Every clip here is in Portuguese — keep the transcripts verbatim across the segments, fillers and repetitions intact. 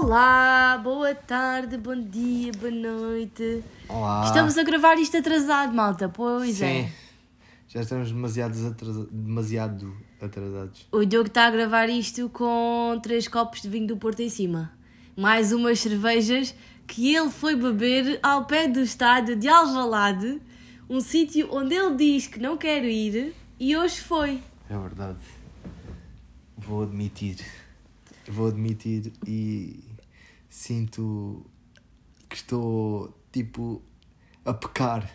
Olá, boa tarde, bom dia, boa noite. Olá. Estamos a gravar isto atrasado, malta, pois Sim. é. Já estamos demasiado, atrasa... demasiado atrasados. O Diogo está a gravar isto com três copos de vinho do Porto em cima. Mais umas cervejas que ele foi beber ao pé do estádio de Alvalade, um sítio onde ele diz que não quer ir e hoje foi. É verdade. Vou admitir. Vou admitir e sinto que estou, tipo, a pecar.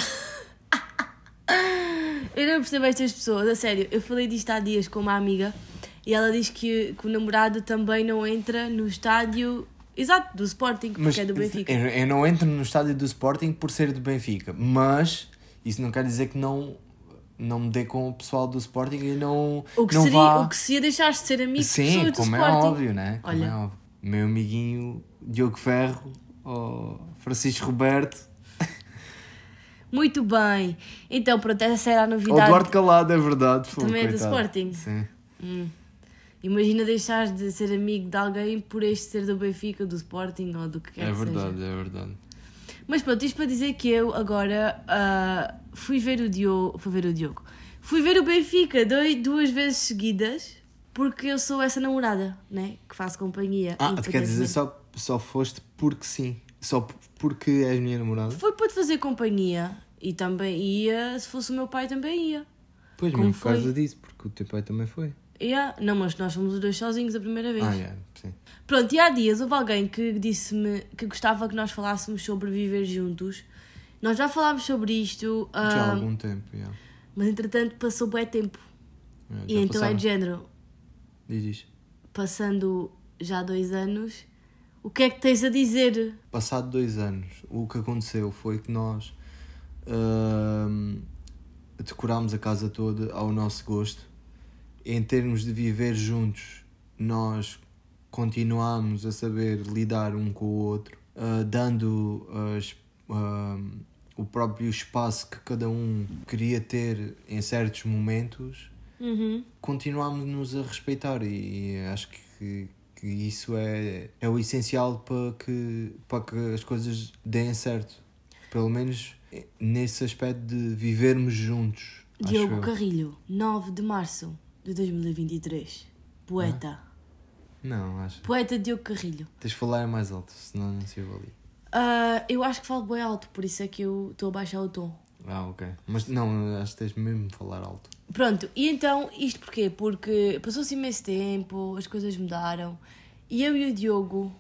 Eu não percebo estas pessoas, a sério. Eu falei disto há dias com uma amiga e ela diz que, que o namorado também não entra no estádio, exato, do Sporting, porque Mas é do Benfica. Eu, eu não entro no estádio do Sporting por ser do Benfica, mas isso não quer dizer que não, não me dê com o pessoal do Sporting e não, O que, não seria, vá... o que seria deixar de ser amigo Sim, de pessoas do como Sporting. é óbvio, né? Como Olha. é óbvio. Meu amiguinho Diogo Ferro, ou Francisco Roberto... Muito bem. Então, pronto, essa era a O novidade. Eduardo Calado, é verdade. Foi, Também é do coitado. Sporting? Sim. Hum. Imagina deixar de ser amigo de alguém por este ser do Benfica, do Sporting ou do que quer É que seja. verdade, é verdade. Mas pronto, isto para dizer que eu agora uh, fui ver o Diogo, fui ver o Diogo, fui ver o Benfica dois, duas vezes seguidas, porque eu sou essa namorada, né, que faço companhia. Ah, tu quer dizer só, só foste porque sim? Só porque és minha namorada? Foi para te fazer companhia e também ia, se fosse o meu pai também ia. Pois, Como mesmo por causa foi? disso, porque o teu pai também foi. Ia. Não, mas nós fomos os dois sozinhos a primeira vez. Ah, é, sim. Pronto, e há dias houve alguém que disse-me que gostava que nós falássemos sobre viver juntos. Nós já falámos sobre isto, Já há ah, algum tempo, já. mas entretanto passou bué tempo. É, E já então é passaram. de género, Diz isto. passando já dois anos, o que é que tens a dizer? Passado dois anos, o que aconteceu foi que nós ahm, decorámos a casa toda ao nosso gosto. Em termos de viver juntos, nós continuámos a saber lidar um com o outro, ah, dando as, ah, o próprio espaço que cada um queria ter em certos momentos. Uhum. Continuámos-nos a respeitar e acho que, que isso é, é o essencial para que, para que as coisas deem certo. Pelo menos nesse aspecto de vivermos juntos. acho Diogo eu. Carrilho, nove de março de dois mil e vinte e três. Poeta. Não, acho. Poeta Diogo Carrilho. Tens de falar mais alto, senão não se ouve ali. Ah, eu acho que falo bem alto, por isso é que eu estou a baixar o tom. Ah, ok. Mas não, acho que tens mesmo de falar alto. Pronto, e então, isto porquê? Porque passou-se imenso tempo, as coisas mudaram, e eu e o Diogo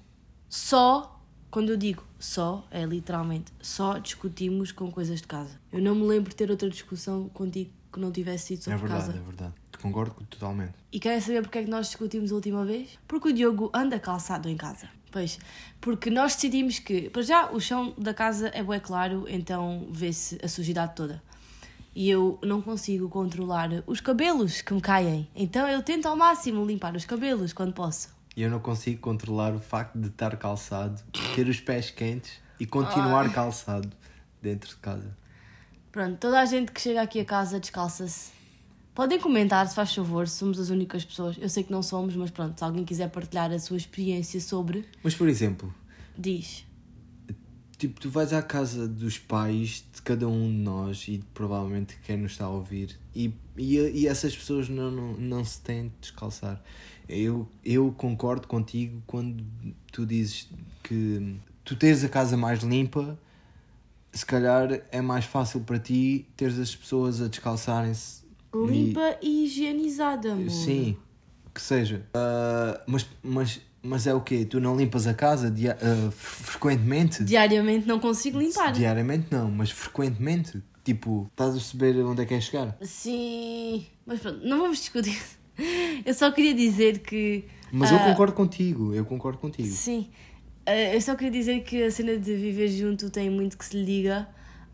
só, quando eu digo só, é literalmente, só discutimos com coisas de casa. Eu não me lembro de ter outra discussão contigo que não tivesse sido sobre é verdade, casa. é verdade. Concordo totalmente. E querem saber porque é que nós discutimos a última vez? Porque o Diogo anda calçado em casa. Pois, porque nós decidimos que, para já, o chão da casa é bué claro, então vê-se a sujidade toda. E eu não consigo controlar os cabelos que me caem. Então eu tento ao máximo limpar os cabelos quando posso. E eu não consigo controlar o facto de estar calçado, ter os pés quentes e continuar Ai. calçado dentro de casa. Pronto, toda a gente que chega aqui a casa descalça-se. Podem comentar, se faz favor, se somos as únicas pessoas. Eu sei que não somos, mas pronto, se alguém quiser partilhar a sua experiência sobre, Mas, por exemplo, diz. tipo, tu vais à casa dos pais de cada um de nós e provavelmente quem nos está a ouvir e, e, e essas pessoas não, não, não se têm de descalçar. Eu, eu concordo contigo quando tu dizes que tu tens a casa mais limpa, se calhar é mais fácil para ti teres as pessoas a descalçarem-se. Limpa e, e higienizada, amor. Sim, que seja. Ah, mas, mas, mas é o quê? Tu não limpas a casa dia, ah, frequentemente? Diariamente não consigo limpar. Diariamente não, mas frequentemente. Tipo, estás a perceber onde é que é chegar? Sim, mas pronto, não vamos discutir. Eu só queria dizer que... Mas eu ah, concordo contigo, eu concordo contigo. Sim, Ah, eu só queria dizer que a cena de viver junto tem muito que se lhe diga.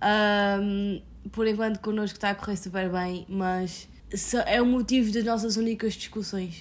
Ahm, por enquanto connosco está a correr super bem, mas só- é o motivo das nossas únicas discussões.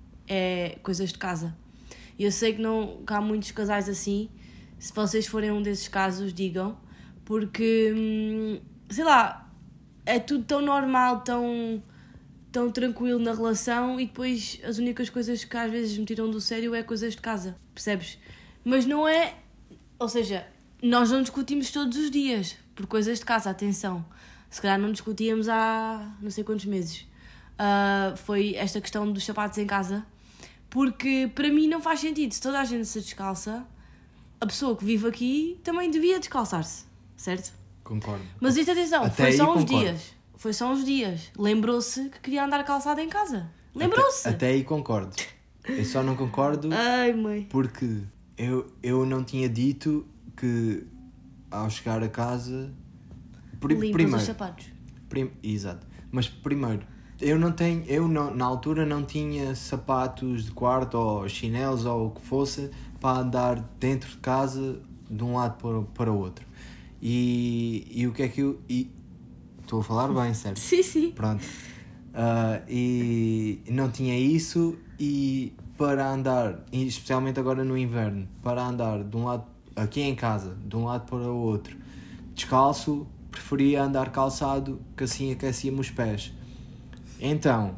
É coisas de casa. E eu sei que, não, que há muitos casais assim. Se vocês forem um desses casos, digam. Porque, hum, sei lá, é tudo tão normal, tão, tão tranquilo na relação e depois as únicas coisas que às vezes me tiram do sério é coisas de casa, percebes? Mas não é... Ou seja, nós não discutimos todos os dias por coisas de casa, atenção. Se calhar não discutíamos há não sei quantos meses. Uh, foi esta questão dos sapatos em casa. Porque para mim não faz sentido. Se toda a gente se descalça, a pessoa que vive aqui também devia descalçar-se. Certo? Concordo. Mas isto, atenção, Até foi só aí uns concordo. dias. Foi só uns dias. Lembrou-se que queria andar calçada em casa. Lembrou-se. Até, até aí concordo. Eu só não concordo Ai, mãe. porque eu, eu não tinha dito que ao chegar a casa... Pri, Limpas primeiro, os sapatos. prim, exato. Mas primeiro, eu não tenho... Eu não, na altura não tinha sapatos de quarto ou chinelos ou o que fosse para andar dentro de casa de um lado para, para o outro. E, e o que é que eu... E, estou a falar bem, certo? Sim, sim. Pronto. Uh, e não tinha isso e para andar, e especialmente agora no inverno, para andar de um lado, aqui em casa, de um lado para o outro, descalço, preferia andar calçado, que assim aquecia-me os pés. Então,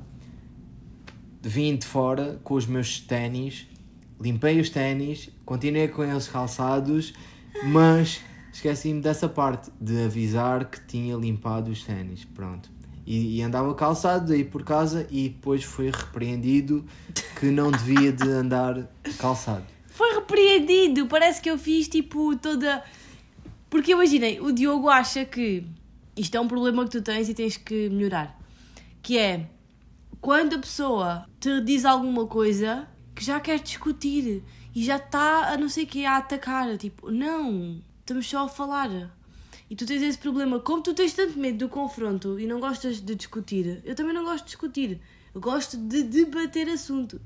vim de fora com os meus ténis, limpei os ténis, continuei com eles calçados, mas esqueci-me dessa parte, de avisar que tinha limpado os ténis, pronto. E, e andava calçado aí por casa e depois fui repreendido que não devia de andar calçado. Foi repreendido. Parece que eu fiz tipo toda... Porque imaginei, o Diogo acha que isto é um problema que tu tens e tens que melhorar. Que é, quando a pessoa te diz alguma coisa que já quer discutir e já está a não sei o que, a atacar. Tipo, não, estamos só a falar. E tu tens esse problema. Como tu tens tanto medo do confronto e não gostas de discutir, eu também não gosto de discutir. Eu gosto de debater assuntos.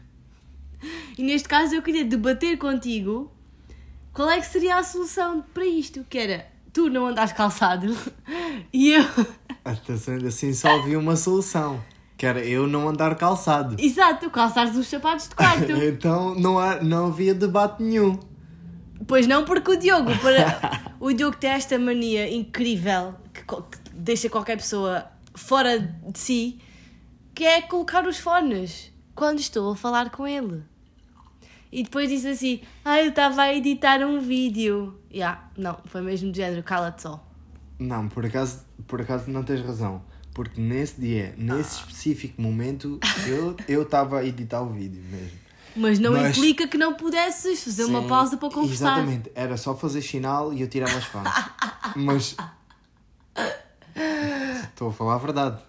E neste caso eu queria debater contigo qual é que seria a solução para isto. Que era, tu não andares calçado e eu... Assim só havia uma solução, que era eu não andar calçado. Exato, calçares os sapatos de quarto. Então não, há, não havia debate nenhum. Pois não, porque o Diogo, para... o Diogo tem esta mania incrível que, co- que deixa qualquer pessoa fora de si, que é colocar os fones quando estou a falar com ele. E depois diz assim, ah, eu estava a editar um vídeo. Ya, yeah, não, foi mesmo de género, cala-te só. Não, por acaso, por acaso não tens razão. Porque nesse dia, nesse Ah. específico momento, eu eu estava a editar o vídeo mesmo. Mas não Mas- implica que não pudesses fazer uma Sim, pausa para conversar. Exatamente, era só fazer sinal e eu tirava as fones. Mas estou a falar a verdade.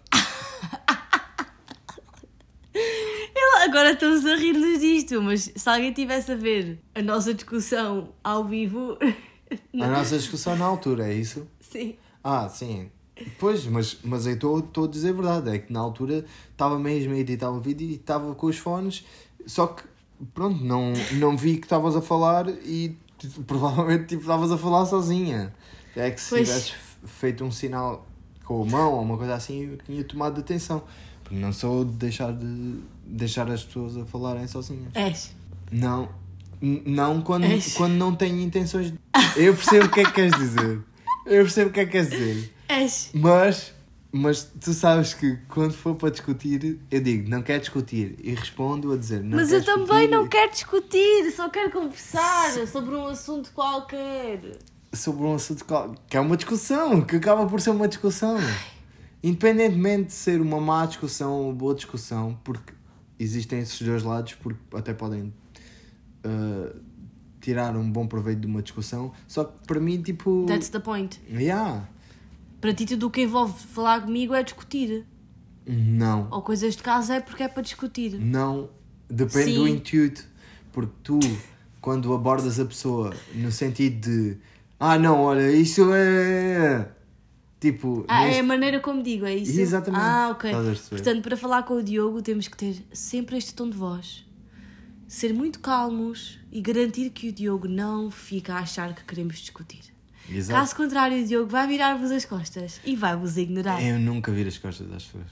Eu- Agora estamos a rir-nos disto, mas se alguém estivesse a ver a nossa discussão ao vivo... A nossa discussão na altura, é isso? Sim. Ah, sim. Pois, mas, mas eu estou a dizer a verdade. É que na altura estava mesmo a editar o vídeo e estava com os fones. Só que, pronto, não, não vi que estavas a falar e tipo, provavelmente tipo, estavas a falar sozinha. É que se Pois. tivesses feito um sinal com a mão ou uma coisa assim, eu tinha tomado atenção. Porque não sou de deixar, de deixar as pessoas a falarem sozinhas. És. Não. N- Não quando, És. quando não tenho intenções de... Eu percebo o que é que queres dizer. Eu percebo o que é que queres dizer. És. Mas, mas tu sabes que quando for para discutir, eu digo, não quero discutir. E respondo a dizer, não Mas quero eu também discutir. não quero discutir, só quero conversar sobre um assunto qualquer. Sobre um assunto qual- que é uma discussão, que acaba por ser uma discussão. Independentemente de ser uma má discussão ou uma boa discussão, porque existem esses dois lados, porque até podem uh, tirar um bom proveito de uma discussão. Só que para mim, tipo... That's the point. Yeah. Para ti tudo o que envolve falar comigo é discutir. Não. Ou coisas de casa é porque é para discutir. Não, depende do Sim. intuito. Porque tu, quando abordas a pessoa no sentido de ah, não, olha, isso é. Tipo. Ah, neste- é a maneira como digo, é isso? Exatamente. Ah, ok. Estás a perceber? Portanto, para falar com o Diogo temos que ter sempre este tom de voz. Ser muito calmos e garantir que o Diogo não fica a achar que queremos discutir. Exato. Caso contrário, o Diogo vai virar-vos as costas e vai-vos ignorar. Eu nunca viro as costas das pessoas.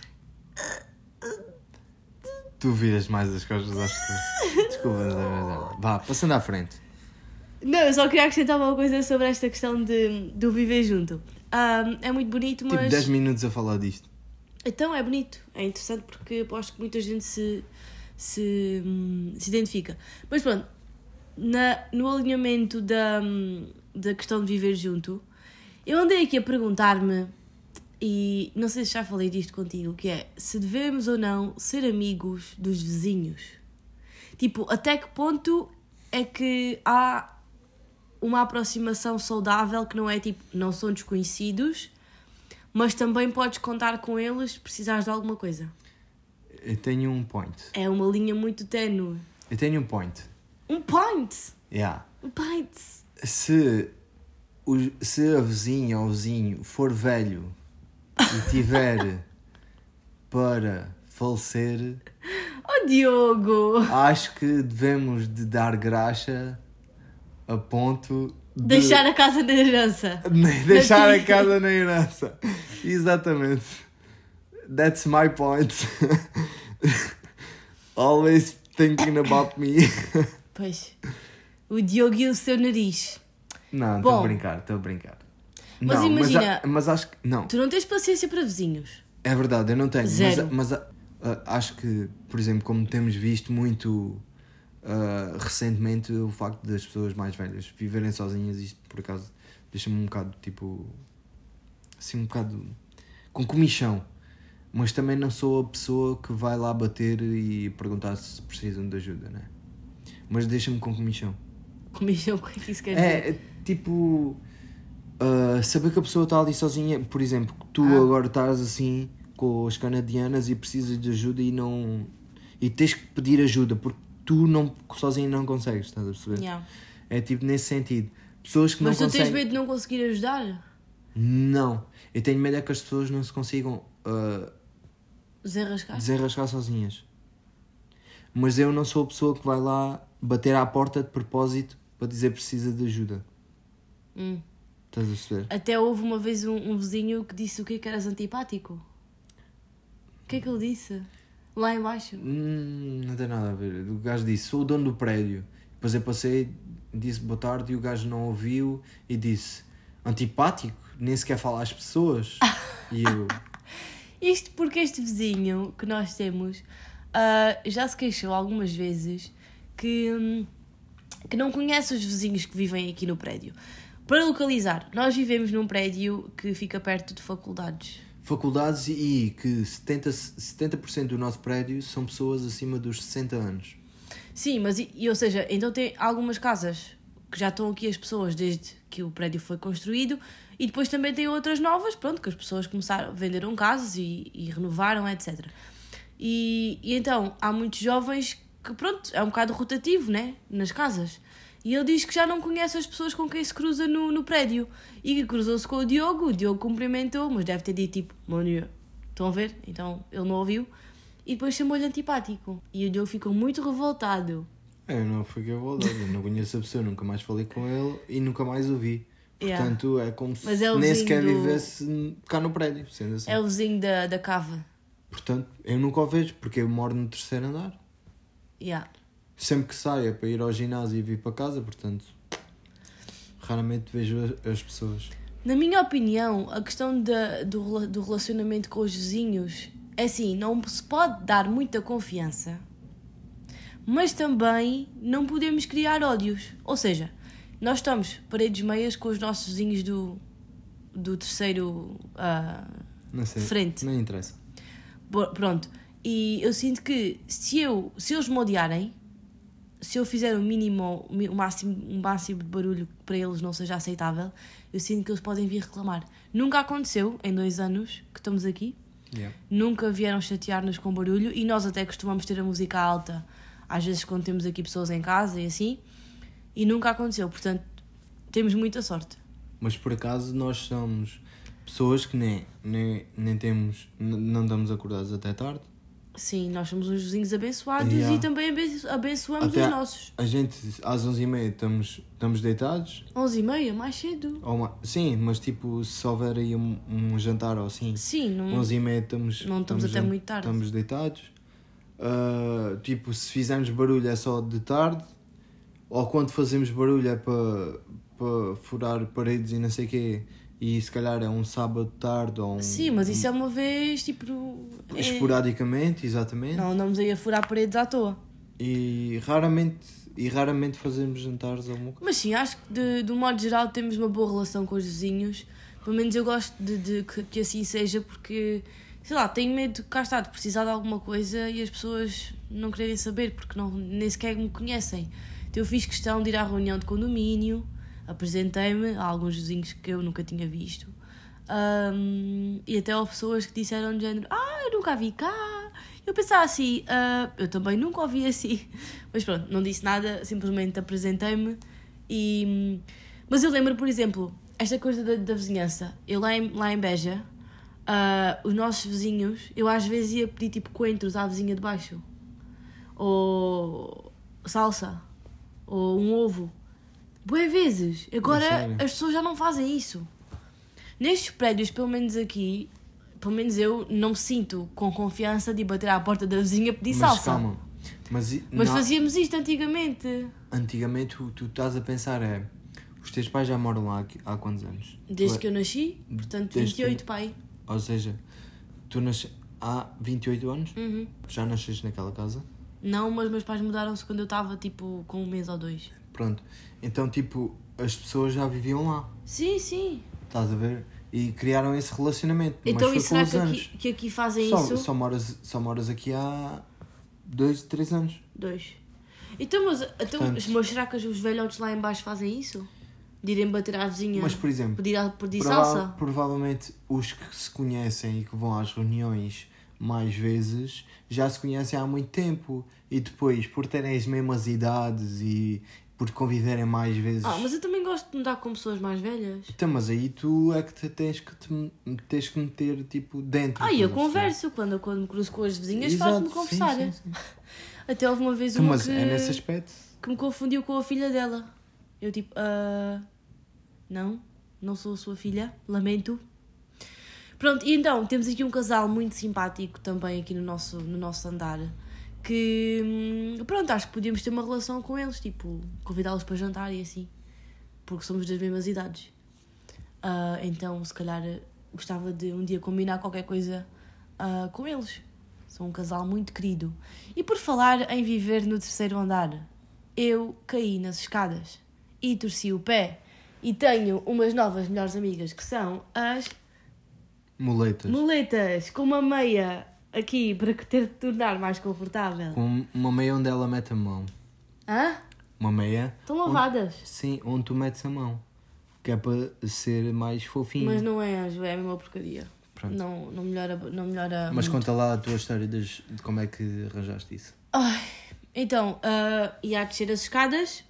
Tu viras mais as costas das pessoas. Desculpa, mas é verdade. Vá, passando à frente. Não, eu só queria acrescentar uma coisa sobre esta questão de, do viver junto. Ahm, é muito bonito, mas... Tipo dez minutos a falar disto. Então, é bonito. É interessante porque aposto que muita gente se, se, hum, se identifica. Mas pronto, na, no alinhamento da, da questão de viver junto, eu andei aqui a perguntar-me, e não sei se já falei disto contigo, que é se devemos ou não ser amigos dos vizinhos. Tipo, até que ponto é que há uma aproximação saudável que não é tipo, não são desconhecidos, mas também podes contar com eles se precisares de alguma coisa. Eu tenho um point. É uma linha muito ténue. Eu tenho um point. Um point! Yeah. Um point! Se, o, se a vizinha ou o vizinho for velho e tiver para falecer, Oh, Diogo! acho que devemos de dar graxa a ponto de... Deixar a casa na herança. Deixar a casa na herança. Exatamente. That's my point. Always thinking about me. Pois. O Diogo e o seu nariz. Não, estou a Bom. brincar, estou a brincar. Mas não, imagina- Mas, a- mas acho que... Não, Tu não tens paciência para vizinhos. é verdade, eu não tenho. Zero. Mas, mas a- a- acho que, por exemplo, como temos visto muito ah, recentemente, o facto das pessoas mais velhas viverem sozinhas, isto por acaso deixa-me um bocado, tipo... Assim, um bocado... com comichão. Mas também não sou a pessoa que vai lá bater e perguntar se precisam de ajuda, né? Mas deixa-me com comichão. Comichão, o que é que isso quer dizer? É, é tipo... ah, saber que a pessoa está ali sozinha. Por exemplo, tu Ah. agora estás assim com as canadianas e precisas de ajuda e não... E tens que pedir ajuda porque tu não, sozinho não consegues, estás a perceber? Yeah. É tipo nesse sentido. Pessoas que Mas não tu tens conseguem... medo de não conseguir ajudar? Não. Eu tenho medo é que as pessoas não se consigam ah, Desenrascar? desenrascar sozinhas. Mas eu não sou a pessoa que vai lá bater à porta de propósito para dizer que precisa de ajuda. Hum. Estás a perceber? Até houve uma vez um, um vizinho que disse o que é que eras antipático. O que é que ele disse? Lá em baixo. Hum, não tem nada a ver. O gajo disse, sou o dono do prédio. Depois eu passei, disse boa tarde e o gajo não ouviu e disse, antipático? Nem sequer fala às pessoas. E eu, Isto porque este vizinho que nós temos ah, já se queixou algumas vezes que, hum, que não conhece os vizinhos que vivem aqui no prédio. Para localizar, nós vivemos num prédio que fica perto de faculdades. faculdades e que setenta, setenta por cento do nosso prédio são pessoas acima dos sessenta anos. Sim, mas e, e, ou seja, então tem algumas casas que já estão aqui as pessoas desde que o prédio foi construído e depois também tem outras novas, pronto, que as pessoas começaram, venderam casas e, e renovaram, etcétera. E, e então há muitos jovens que, pronto, é um bocado rotativo, né, nas casas. E ele diz que já não conhece as pessoas com quem se cruza no, no prédio. E que cruzou-se com o Diogo, o Diogo cumprimentou, mas deve ter dito tipo, bom dia, estão a ver? Então ele não ouviu. E depois chamou-lhe antipático. E o Diogo ficou muito revoltado. Eu não fiquei voltado, eu não conheço a pessoa, nunca mais falei com ele e nunca mais o vi. Yeah. Portanto, é como Mas se é o nem vizinho sequer do- vivesse cá no prédio, sendo assim. É o vizinho da, da cava. Portanto, eu nunca o vejo, porque eu moro no terceiro andar. Yeah. Sempre que saio é para ir ao ginásio e vir para casa, portanto, raramente vejo a- as pessoas. Na minha opinião, a questão da, do, rela- do relacionamento com os vizinhos é assim, não se pode dar muita confiança, mas também não podemos criar ódios. Ou seja, nós estamos paredes meias com os nossos vizinhos do, do terceiro ah, Não sei, frente. nem interessa. Bo- Pronto. E eu sinto que se, eu, se eles me odiarem, se eu fizer o mínimo, o máximo, um máximo de barulho que para eles não seja aceitável, eu sinto que eles podem vir reclamar. Nunca aconteceu em dois anos que estamos aqui. Yeah. Nunca vieram chatear-nos com barulho e nós até costumamos ter a música alta, às vezes quando temos aqui pessoas em casa e assim, e nunca aconteceu. Portanto, temos muita sorte. Mas por acaso nós somos pessoas que nem, nem, nem temos, n- não damos acordados até tarde. Sim, nós somos uns vizinhos abençoados Yeah. e também abenço- abençoamos Até os a- nossos. A gente às onze e meia estamos, estamos deitados. onze e meia, mais cedo. Ou uma, sim, mas tipo, se houver aí um, um jantar ou assim, Sim, não... onze e meia estamos, Não estamos até jan- muito tarde. Estamos deitados. Ah, tipo, se fizermos barulho é só de tarde. Ou quando fazemos barulho é para, para furar paredes e não sei o quê. E se calhar é um sábado de tarde ou um... Sim, mas isso é uma vez, tipo... é- Esporadicamente, exatamente. Não andamos aí a furar paredes à toa. E raramente, e raramente fazemos jantares ou alguma coisa. Mas sim, acho que de, de um modo geral temos uma boa relação com os vizinhos. Pelo menos eu gosto de, de que, que assim seja, porque, sei lá, tenho medo de cá estar, de precisar de alguma coisa e as pessoas não quererem saber, porque não, nem sequer me conhecem. Então eu fiz questão de ir à reunião de condomínio, apresentei-me a alguns vizinhos que eu nunca tinha visto. Um, e até houve pessoas que disseram de género, ah, eu nunca vi cá. Eu pensava assim, uh, eu também nunca ouvi assim. Mas pronto, não disse nada, simplesmente apresentei-me. E... Mas eu lembro, por exemplo, esta coisa da, da vizinhança. Eu lá em, lá em Beja, uh, os nossos vizinhos, eu às vezes ia pedir tipo coentros à vizinha de baixo. Ou salsa. Ou um ovo. Bué vezes. Agora as pessoas já não fazem isso. Nestes prédios, pelo menos aqui, pelo menos eu não me sinto com confiança de ir bater à porta da vizinha pedir Mas salsa. calma. Mas, Mas não, fazíamos isto antigamente. Antigamente o que tu estás a pensar é, os teus pais já moram lá há quantos anos? Desde tu, que eu nasci, portanto desde vinte e oito, que, pai. Ou seja, tu nasces há vinte e oito anos? Uhum. Já nasceste naquela casa? Não, mas meus pais mudaram-se quando eu estava tipo com um mês ou dois. Pronto. Então tipo, as pessoas já viviam lá. Sim, sim. Estás a ver? E criaram esse relacionamento. Então mas e foi com será os que anos. aqui, que aqui fazem Só, isso? só, moras, só moras aqui há dois, três anos. Dois. Então, mas, então, Portanto- mas será que os velhotes lá em baixo fazem isso? De irem bater à vizinha? Mas, por exemplo, Pedir, a- pedir Prova- salsa? Provavelmente os que se conhecem e que vão às reuniões mais vezes já se conhecem há muito tempo e depois, por terem as mesmas idades e por conviverem mais vezes. Ah, mas eu também gosto de me dar com pessoas mais velhas. Então, mas aí tu é que te tens que te tens que meter tipo dentro. Ah, e eu estás a perceber? converso. Quando, eu- quando me cruzo com as vizinhas, Exato, faço-me sim, conversar. sim, sim. Até houve uma vez Então, uma mas que, é nesse aspecto. que me confundiu com a filha dela. Eu tipo, ah, não, não sou a sua filha, lamento. Pronto, e então temos aqui um casal muito simpático também aqui no nosso, no nosso andar. Que, hum, pronto, acho que podíamos ter uma relação com eles, tipo, convidá-los para jantar e assim. Porque somos das mesmas idades. Ah, então, se calhar, gostava de um dia combinar qualquer coisa ah, com eles. São um casal muito querido. E por falar em viver no terceiro andar, eu caí nas escadas e torci o pé. E tenho umas novas melhores amigas que são as Muletas. muletas, com uma meia aqui para ter de tornar mais confortável. Com uma meia onde ela mete a mão. Hã? Uma meia. Estão lavadas. Onde, sim, onde tu metes a mão. Que é para ser mais fofinho. Mas não é, Anjo, é a mesma porcaria. Pronto. Não, não melhora, não melhora Mas muito. conta lá a tua história das- de como é que arranjaste isso. Ai, então, uh, ia a descer as escadas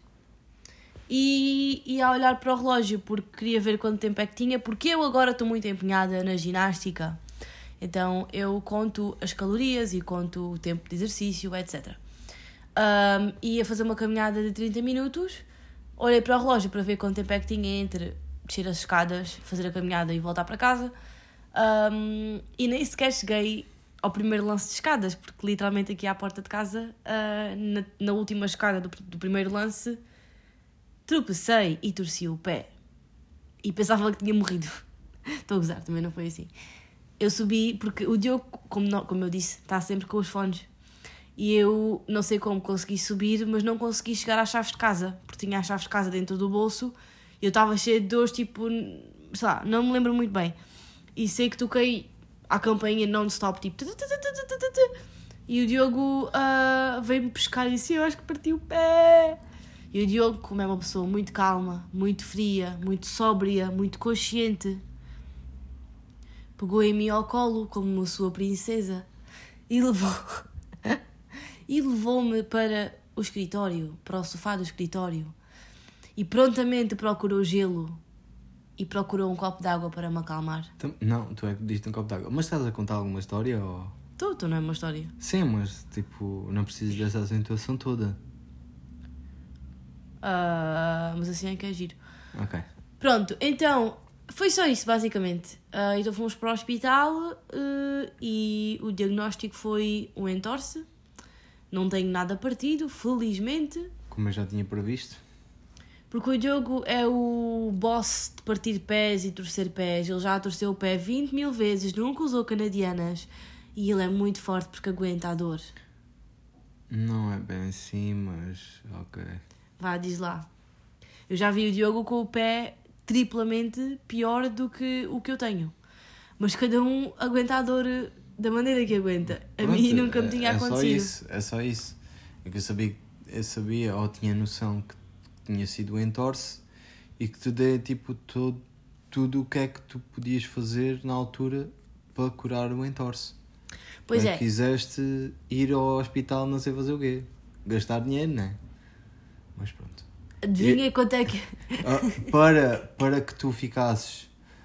e ia a olhar para o relógio porque queria ver quanto tempo é que tinha, porque eu agora estou muito empenhada na ginástica. Então eu conto as calorias e conto o tempo de exercício, etcétera. Um, ia fazer uma caminhada de trinta minutos, olhei para o relógio para ver quanto tempo é que tinha entre descer as escadas, fazer a caminhada e voltar para casa. Um, e nem sequer cheguei ao primeiro lance de escadas, porque literalmente aqui à porta de casa, uh, na, na última escada do, do primeiro lance, tropecei e torci o pé. E pensava que tinha morrido. Estou a gozar, também não foi assim. Eu subi, porque o Diogo, como, não, como eu disse, está sempre com os fones. E eu não sei como consegui subir, mas não consegui chegar às chaves de casa, porque tinha as chaves de casa dentro do bolso e eu estava cheio de dores, tipo, sei lá, não me lembro muito bem. E sei que toquei à campainha non-stop, tipo... E o Diogo uh, veio-me pescar e disse, eu acho que parti o pé. E o Diogo, como é uma pessoa muito calma, muito fria, muito sóbria, muito consciente, pegou em mim ao colo como uma sua princesa e levou... e levou-me para o escritório, para o sofá do escritório. E prontamente procurou gelo e procurou um copo de água para me acalmar. Então, não, tu é que diste um copo de água. Mas estás a contar alguma história ou... Tu, tu não é uma história. Sim, mas tipo, não precisas dessa acentuação toda. Uh, mas assim é que é giro. Ok. Pronto, então, foi só isso basicamente. Uh, então fomos para o hospital uh, e o diagnóstico foi um entorse. Não tenho nada partido, felizmente. Como eu já tinha previsto. Porque o Diogo é o boss de partir pés e torcer pés. Ele já torceu o pé vinte mil vezes, nunca usou canadianas. E ele é muito forte porque aguenta a dor. Não é bem assim, mas ok. Vá, diz lá. Eu já vi o Diogo com o pé triplamente pior do que o que eu tenho. Mas cada um aguenta a dor da maneira que aguenta. A Pronto, mim nunca me é, tinha é acontecido. Só isso, é só isso. É que eu sabia, eu sabia ou tinha noção que tinha sido o entorse e que te dei tipo todo, tudo o que é que tu podias fazer na altura para curar o entorse. Pois Bem, é. Quiseste ir ao hospital não sei fazer o quê. Gastar dinheiro, não é? Mas pronto. Adivinha E- quanto é que... Uh, para, para que tu ficasses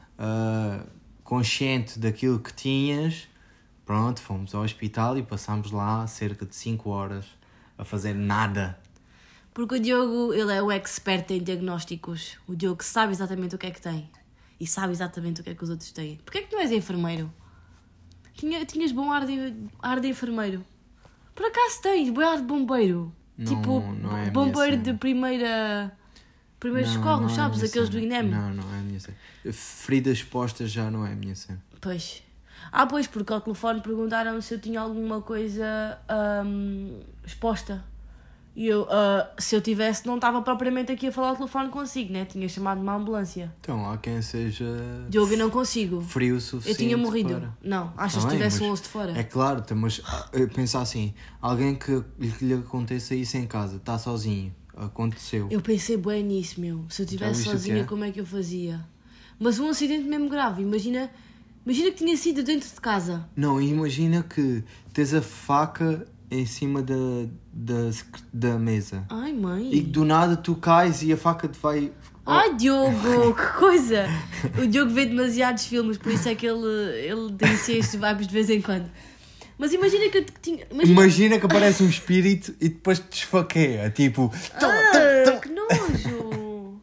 uh, consciente daquilo que tinhas, pronto, fomos ao hospital e passámos lá cerca de cinco horas a fazer nada. Porque o Diogo, ele é o expert em diagnósticos. O Diogo sabe exatamente o que é que tem. E sabe exatamente o que é que os outros têm. Porquê é que tu és enfermeiro? Tinha, tinhas bom ar de, ar de enfermeiro. Por acaso tens bom ar de bombeiro? Não, tipo, não é a minha bombeiro cena. de primeira... Primeiros Não, socorros, não é a sabes? minha Aqueles cena. do INEM. Não, não é a minha cena. Feridas expostas já não é a minha cena. Pois. Ah, pois, porque ao telefone perguntaram se eu tinha alguma coisa hum, exposta. E eu, ah, se eu tivesse, não estava propriamente aqui a falar ao telefone consigo, né? Tinha chamado uma ambulância. Então, há quem seja Diogo, eu não consigo. frio o Eu suficiente tinha morrido. para... Não, achas Tá que bem, tivesse mas um osso de fora? É claro, tá, mas ah, eu penso assim, alguém que lhe, lhe aconteça isso em casa, está sozinho, aconteceu. Eu pensei bem nisso, meu. Se eu estivesse viste o que sozinha, é? como é que eu fazia? Mas um acidente mesmo grave. Imagina, imagina que tinha sido dentro de casa. Não, imagina que tens a faca em cima da, da, da mesa Ai, mãe. e que do nada tu cais e a faca te vai... Ai, Diogo, que coisa! O Diogo vê demasiados filmes, por isso é que ele, ele tem assim estes vibes de vez em quando. Mas imagina que eu tinha... Imagina... Imagina que aparece um espírito e depois te esfaqueia, tipo... Ah, que nojo!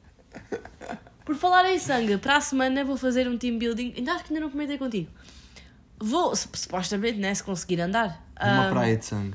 Por falar em sangue, para a semana vou fazer um team building. Ainda acho que ainda não comentei contigo. Vou, supostamente, né, se conseguir andar. Uma Ah, praia de sangue.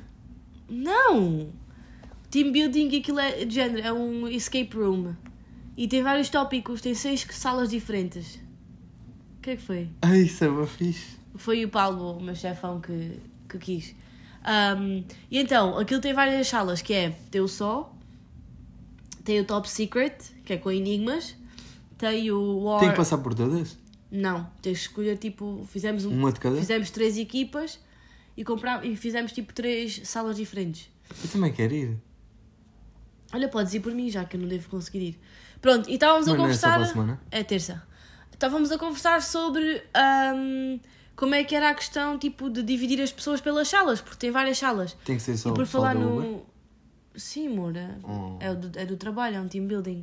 Não! Team building, aquilo é de género, é um escape room. E tem vários tópicos, tem seis salas diferentes. O que é que foi? Ai, isso é uma fixe. Foi o Paulo, o meu chefão, que, que quis. Um, e então, aquilo tem várias salas, que é, tem o Só, tem o Top Secret, que é com enigmas, tem o War... Tem que passar por todas? Não, tens que escolher, tipo, fizemos, um, Uma de cada? fizemos três equipas e, compra... e fizemos, tipo, três salas diferentes. Eu também quero ir. Olha, podes ir por mim, já que eu não devo conseguir ir. Pronto, e estávamos Mas a não é só conversar... para a semana? É terça. Estávamos a conversar sobre um, como é que era a questão, tipo, de dividir as pessoas pelas salas, porque tem várias salas. Tem que ser só E o por pessoal falar da no... Uber? Sim, amor, é, Oh. é, do, é do trabalho, é um team building.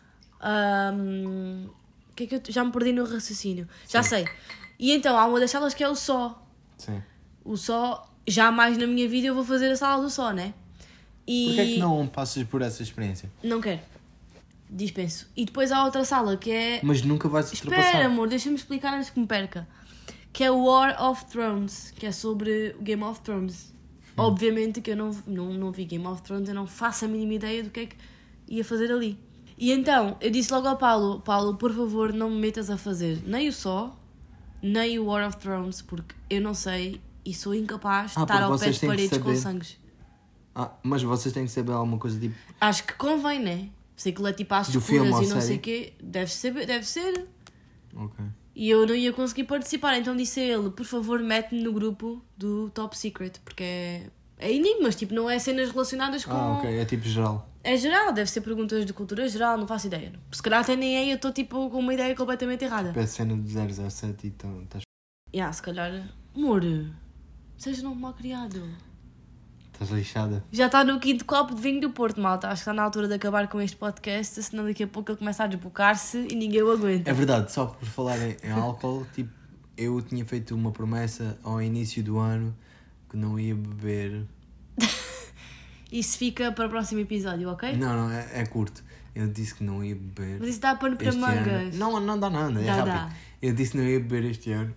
Um, que é que eu já me perdi no raciocínio? Já sei. E então, há uma das salas que é o Só. Sim. O Só, jamais na minha vida eu vou fazer a sala do Só, né? E... Porquê é que não passas por essa experiência? Não quero. Dispenso. E depois há outra sala que é... Mas nunca vais ultrapassar. Espera, amor, deixa-me explicar antes que me perca. Que é o War of Thrones, que é sobre o Game of Thrones. Hum. Obviamente que eu não, não, não vi Game of Thrones, eu não faço a mínima ideia do que é que ia fazer ali. E então, eu disse logo ao Paulo, Paulo, por favor, não me metas a fazer nem o Só, nem o War of Thrones, porque eu não sei e sou incapaz de Ah, estar porque ao pé vocês de têm que paredes com saber. sangues. Ah, mas vocês têm que saber alguma coisa tipo... Acho que convém, né? Sei que ele é tipo às Do escuras filme ou e não sei série? o quê. Deve ser, deve ser. Ok. E eu não ia conseguir participar, então disse a ele, por favor, mete-me no grupo do Top Secret, porque é, é enigmas, tipo, não é cenas relacionadas com... Ah, ok. É tipo geral. É geral, deve ser perguntas de cultura geral, não faço ideia. Se calhar até nem é, eu estou tipo com uma ideia completamente errada. Peço cena do zero zero sete e então estás... Yeah, se calhar... Amor, seja não mal criado. Estás lixada. Já está no quinto copo de vinho do Porto, malta. Acho que está na altura de acabar com este podcast, senão daqui a pouco ele começa a desbocar-se e ninguém o aguenta. É verdade, só por falar em, em álcool, tipo, eu tinha feito uma promessa ao início do ano que não ia beber... Isso fica para o próximo episódio, ok? Não, não, é, é curto. Eu disse que não ia beber... Mas isso dá pano para este mangas. ano. Não, não dá nada, é Dá, rápido. dá. Eu disse que não ia beber este ano.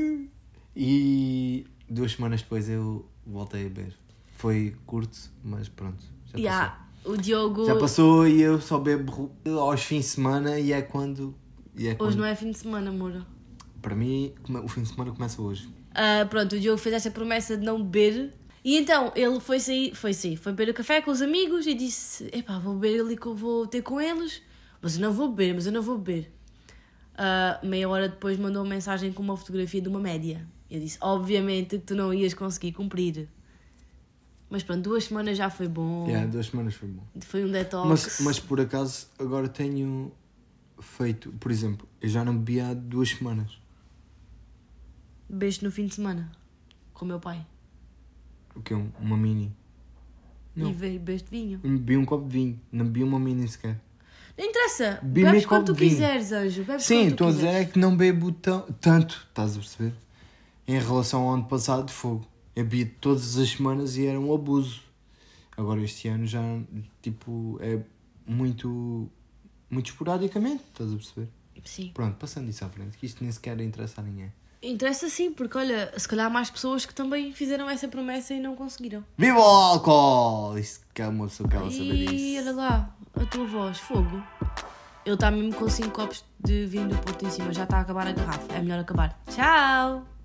E duas semanas depois eu voltei a beber. Foi curto, mas pronto, já Yeah, passou. o Diogo... Já passou e eu só bebo aos fins de semana e é quando... E é Hoje quando... não é fim de semana, amor. Para mim, come- o fim de semana começa hoje. Ah, pronto, o Diogo fez esta promessa de não beber. E então ele foi sair, foi sair, foi beber o café com os amigos e disse: epá, vou beber ali que eu vou ter com eles, mas eu não vou beber, mas eu não vou beber. Uh, meia hora depois mandou uma mensagem com uma fotografia de uma média. Eu disse: obviamente que tu não ias conseguir cumprir. Mas pronto, duas semanas já foi bom. Yeah, duas semanas foi bom. Foi um detox. Mas, mas por acaso agora tenho feito, por exemplo, eu já não bebi há duas semanas. Bebeste no fim de semana com o meu pai. O que é um, uma mini? Não. E bebeste vinho. Bebi um copo de vinho, não bebi uma mini sequer. Não interessa, Bebi bebes meio quando tu copo de vinho. quiseres, anjo. Bebes Sim, quando tu estou a dizer quiseres. é que não bebo tão, tanto, estás a perceber? Em relação ao ano passado de fogo. Eu bebia todas as semanas e era um abuso. Agora este ano já, tipo, é muito, muito esporadicamente, estás a perceber? Sim. Pronto, passando isso à frente, que isto nem sequer interessa a ninguém. Interessa sim, porque olha, se calhar há mais pessoas que também fizeram essa promessa e não conseguiram. Viva o álcool! Isso que é uma pessoa que ela saber E disso. olha lá, a tua voz, fogo. Ele está mesmo com cinco copos de vinho do Porto em cima, já está a acabar a garrafa. É melhor acabar. Tchau!